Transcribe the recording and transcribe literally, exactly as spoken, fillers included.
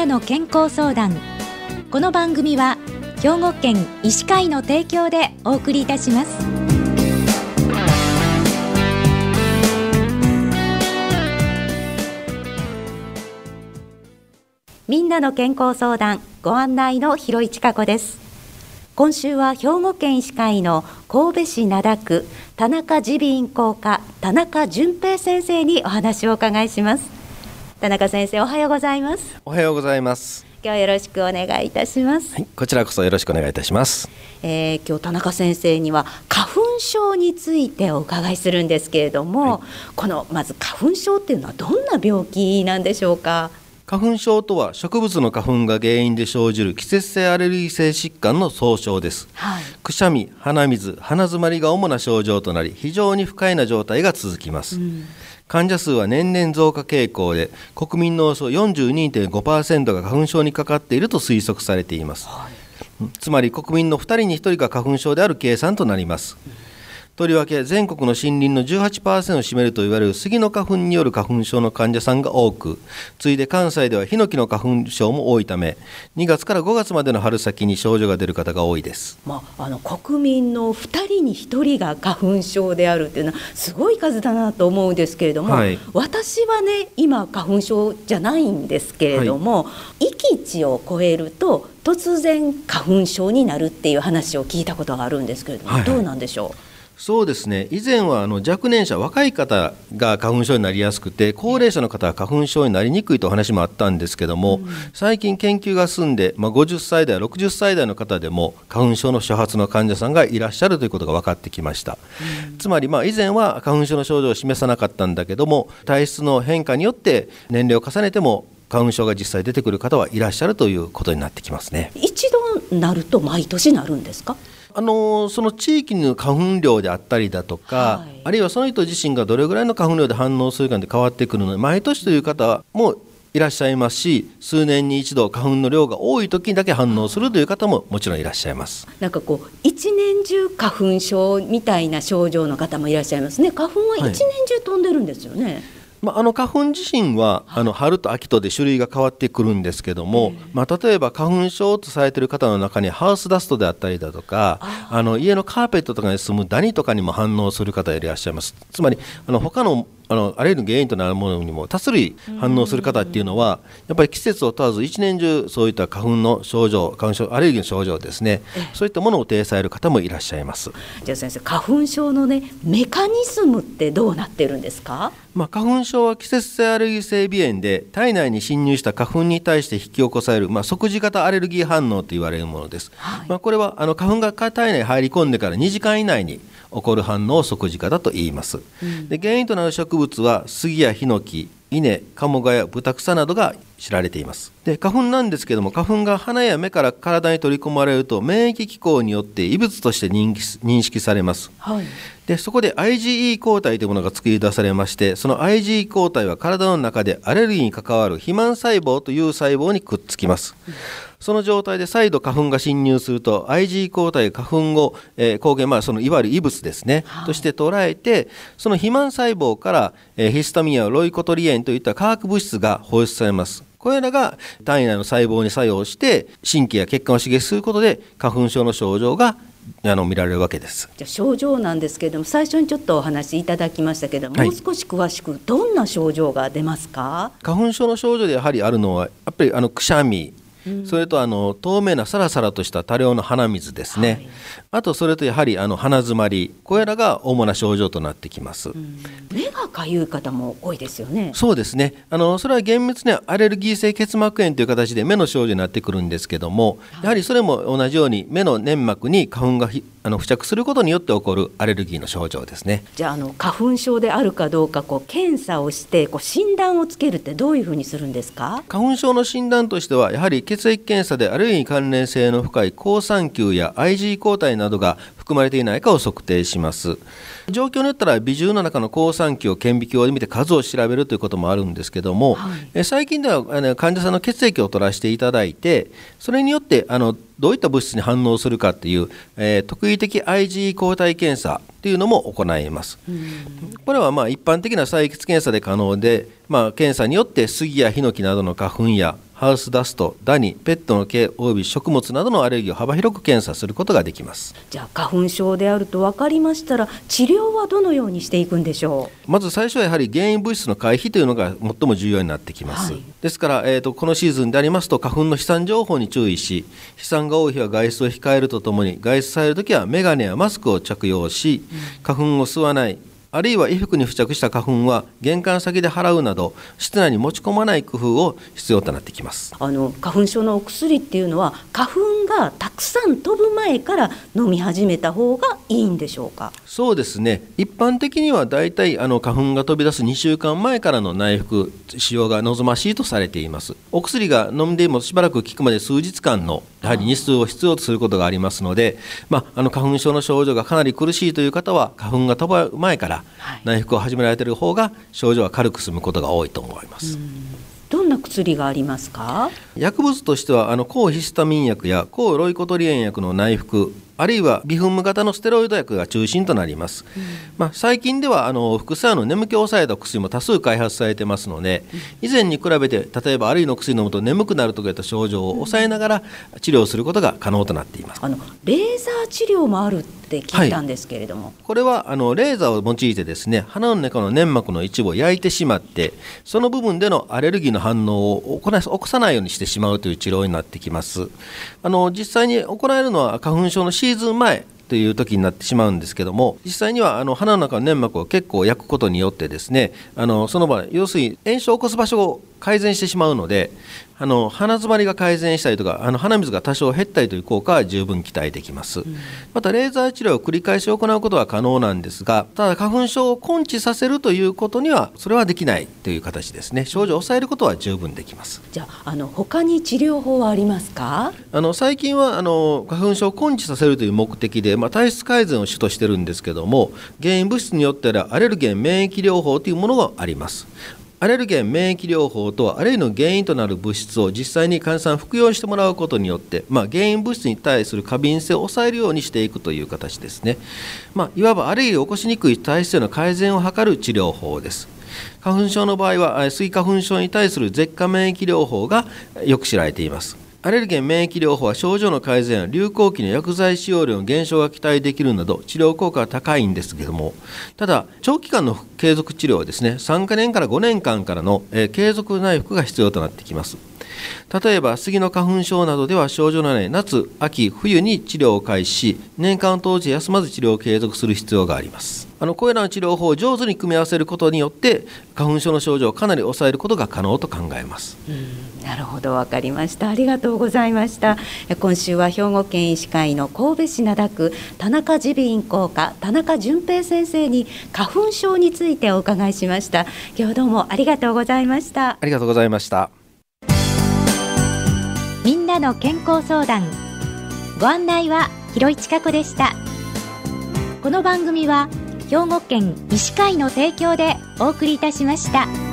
なの健康相談。この番組は兵庫県医師会の提供でお送りいたします。みんなの健康相談、ご案内の広市加子です。今週は兵庫県医師会の神戸市灘区田中耳鼻咽喉科田中純平先生にお話をお伺いします。田中先生、おはようございます。 おはようございます。 今日はよろしくお願いいたします。 はい、こちらこそよろしくお願いいたします。 えー、今日田中先生には花粉症についてお伺いするんですけれども、はい、このまず花粉症っていうのはどんな病気なんでしょうか。 花粉症とは植物の花粉が原因で生じる季節性アレルギー性疾患の総称です、はい、くしゃみ、鼻水、鼻づまりが主な症状となり、非常に不快な状態が続きます、うん、患者数は年々増加傾向で、国民のおよそ よんじゅうにてんごパーセント が花粉症にかかっていると推測されています、はい、つまり国民のふたりにひとりが花粉症である計算となります、うん。とりわけ全国の森林の じゅうはちパーセント を占めるといわれる杉の花粉による花粉症の患者さんが多く、次いで関西ではヒノキの花粉症も多いため、にがつからごがつまでの春先に症状が出る方が多いです、 まあ、あの国民のふたりにひとりが花粉症であるというのはすごい数だなと思うんですけれども、はい、私はね今花粉症じゃないんですけれども、はい、閾値を超えると突然花粉症になるっていう話を聞いたことがあるんですけれども、はいはい、どうなんでしょう。 そうですね、以前はあの若年者、若い方が花粉症になりやすくて、高齢者の方は花粉症になりにくいという話もあったんですけども、うん、最近研究が進んで、まあ、ごじゅっさい代、ろくじゅっさい代の方でも花粉症の初発の患者さんがいらっしゃるということが分かってきました、うん、つまりまあ以前は花粉症の症状を示さなかったんだけども、体質の変化によって年齢を重ねても花粉症が実際出てくる方はいらっしゃるということになってきますね。 一度なると毎年なるんですか。 あのその地域の花粉量であったりだとか、はい、あるいはその人自身がどれぐらいの花粉量で反応するかで変わってくるので、毎年という方もいらっしゃいますし、数年に一度花粉の量が多い時にだけ反応するという方ももちろんいらっしゃいます。 なんかこう一年中花粉症みたいな症状の方もいらっしゃいますね。花粉は一年中飛んでるんですよね、はい。 まあ、あの花粉自身はあの春と秋とで種類が変わってくるんですけども、まあ、例えば花粉症とされている方の中にハウスダストであったりだとか、あの家のカーペットとかに住むダニとかにも反応する方いらっしゃいます。つまりあの他のあのアレルギーの原因となるものにも多種類反応する方っていうのは、やっぱり季節を問わず一年中そういった花粉の症状、花粉症アレルギーの症状ですね、そういったものを呈される方もいらっしゃいます。 じゃあ先生、花粉症のねメカニズムってどうなってるんですか。 まあ、花粉症は季節性アレルギー性鼻炎で、体内に侵入した花粉に対して引き起こされる、まあ、即時型アレルギー反応と言われるものです、はい。まあ、これはあの花粉が体内に入り込んでからにじかん以内に起こる反応を即時型と言います、うん、で原因となる植物は杉やヒノキ、稲、カモガヤ、ブタクサなどが知られています。で花粉なんですけども、花粉が鼻や目から体に取り込まれると免疫機構によって異物として認識、認識されます、はい。でそこで アイジーイー 抗体というものが作り出されまして、その アイジーイー 抗体は体の中でアレルギーに関わる肥満細胞という細胞にくっつきます、うん。その状態で再度花粉が侵入すると アイジーイー 抗体が花粉を、えー、抗原、まあ、そのいわゆる異物ですね、はい、として捉えて、その肥満細胞から、えー、ヒスタミンやロイコトリエンといった化学物質が放出されます。これらが体内の細胞に作用して神経や血管を刺激することで花粉症の症状があの見られるわけです。 じゃあ症状なんですけれども、最初にちょっとお話いただきましたけども、はい、もう少し詳しくどんな症状が出ますか。 花粉症の症状でやはりあるのはやっぱりあのくしゃみ、うん、それとあの透明なサラサラとした多量の鼻水ですね、はい、あとそれとやはりあの鼻づまり、これらが主な症状となってきます、うん、 目がかゆい方も多いですよね。 そうですね、あのそれは厳密にはアレルギー性結膜炎という形で目の症状になってくるんですけども、はい、やはりそれも同じように目の粘膜に花粉がひあの付着することによって起こるアレルギーの症状ですね。 じゃあ、あの花粉症であるかどうかこう検査をしてこう診断をつけるってどういうふうにするんですか。 花粉症の診断としてはやはり血液検査でアレルギー関連性の深い好酸球や アイジー 抗体などが含まれていないかを測定します。状況によったら微重の中の好酸球を顕微鏡で見て数を調べるということもあるんですけども、はい、え最近ではあの患者さんの血液を取らせていただいて、それによってあのどういった物質に反応するかっていう、えー、特異的 アイジー 抗体検査というのも行います。これはまあ一般的な採血検査で可能で、まあ、検査によって杉やヒノキなどの花粉やハウスダスト、ダニ、ペットの毛および食物などのアレルギーを幅広く検査することができます。 じゃあ花粉症であると分かりましたら、治療はどのようにしていくんでしょう。 まず最初はやはり原因物質の回避というのが最も重要になってきます、はい、ですから、えーと、このシーズンでありますと花粉の飛散情報に注意し、飛散が多い日は外出を控えるとともに、外出されるときはメガネやマスクを着用し、花粉を吸わない、あるいは衣服に付着した花粉は玄関先で払うなど室内に持ち込まない工夫を必要となってきます。 あの花粉症のお薬っていうのは花粉がたくさん飛ぶ前から飲み始めた方がいいんでしょうか。 そうですね、一般的にはだいたいあの花粉が飛び出すにしゅうかんまえからの内服使用が望ましいとされています。お薬が飲んでもしばらく効くまで数日間のやはり日数を必要とすることがありますので、まあ、あの花粉症の症状がかなり苦しいという方は花粉が飛ぶ前から内服を始められている方が症状は軽く済むことが多いと思います。 どんな薬がありますか。 薬物としてはあの抗ヒスタミン薬や抗ロイコトリエン薬の内服、あるいはビフンム型のステロイド薬が中心となります、うんまあ、最近ではあの副作用の眠気を抑えた薬も多数開発されていますので、以前に比べて例えばあるいの薬飲むと眠くなるといった症状を抑えながら治療することが可能となっています。 あのレーザー治療もあるって聞いたんですけれども、はい、 これはあのレーザーを用いてですね、鼻の中の粘膜の一部を焼いてしまって、その部分でのアレルギーの反応を起こさないようにしてしまうという治療になってきます。あの実際に行えるのは花粉症のシーズン前という時になってしまうんですけども、実際にはあの鼻の中の粘膜を結構焼くことによってですね、あのその場合要するに炎症を起こす場所を改善してしまうので、あの鼻詰まりが改善したりとか、あの鼻水が多少減ったりという効果は十分期待できます、うん、またレーザー治療を繰り返し行うことは可能なんですが、ただ花粉症を根治させるということにはそれはできないという形ですね。症状を抑えることは十分できます。 じゃあ、あの他に治療法はありますか。 あの最近はあの花粉症を根治させるという目的で、まあ、体質改善を主としてるんですけども、原因物質によってはアレルゲン免疫療法というものがあります。アレルゲン免疫療法とはアレルギーの原因となる物質を実際に患者さん服用してもらうことによって、まあ、原因物質に対する過敏性を抑えるようにしていくという形ですね。まあ、いわばアレルギーを起こしにくい体質への改善を図る治療法です。花粉症の場合はスギ花粉症に対する舌下免疫療法がよく知られています。アレルゲン免疫療法は症状の改善や流行期の薬剤使用量の減少が期待できるなど治療効果が高いんですけども、ただ長期間の継続治療はですね、さんねんからごねんかんからの、えー、継続内服が必要となってきます。例えばスギの花粉症などでは症状のない夏、秋、冬に治療を開始し、年間を通じて休まず治療を継続する必要があります。あのこれらの治療法を上手に組み合わせることによって花粉症の症状をかなり抑えることが可能と考えます。 うん、なるほど、分かりました。ありがとうございました。今週は兵庫県医師会の神戸市灘区田中耳鼻咽喉科田中純平先生に花粉症についてお伺いしました。今日はどうもありがとうございました。 ありがとうございました。 みんなの健康相談、ご案内は広市千佳子でした。この番組は兵庫県医師会の提供でお送りいたしました。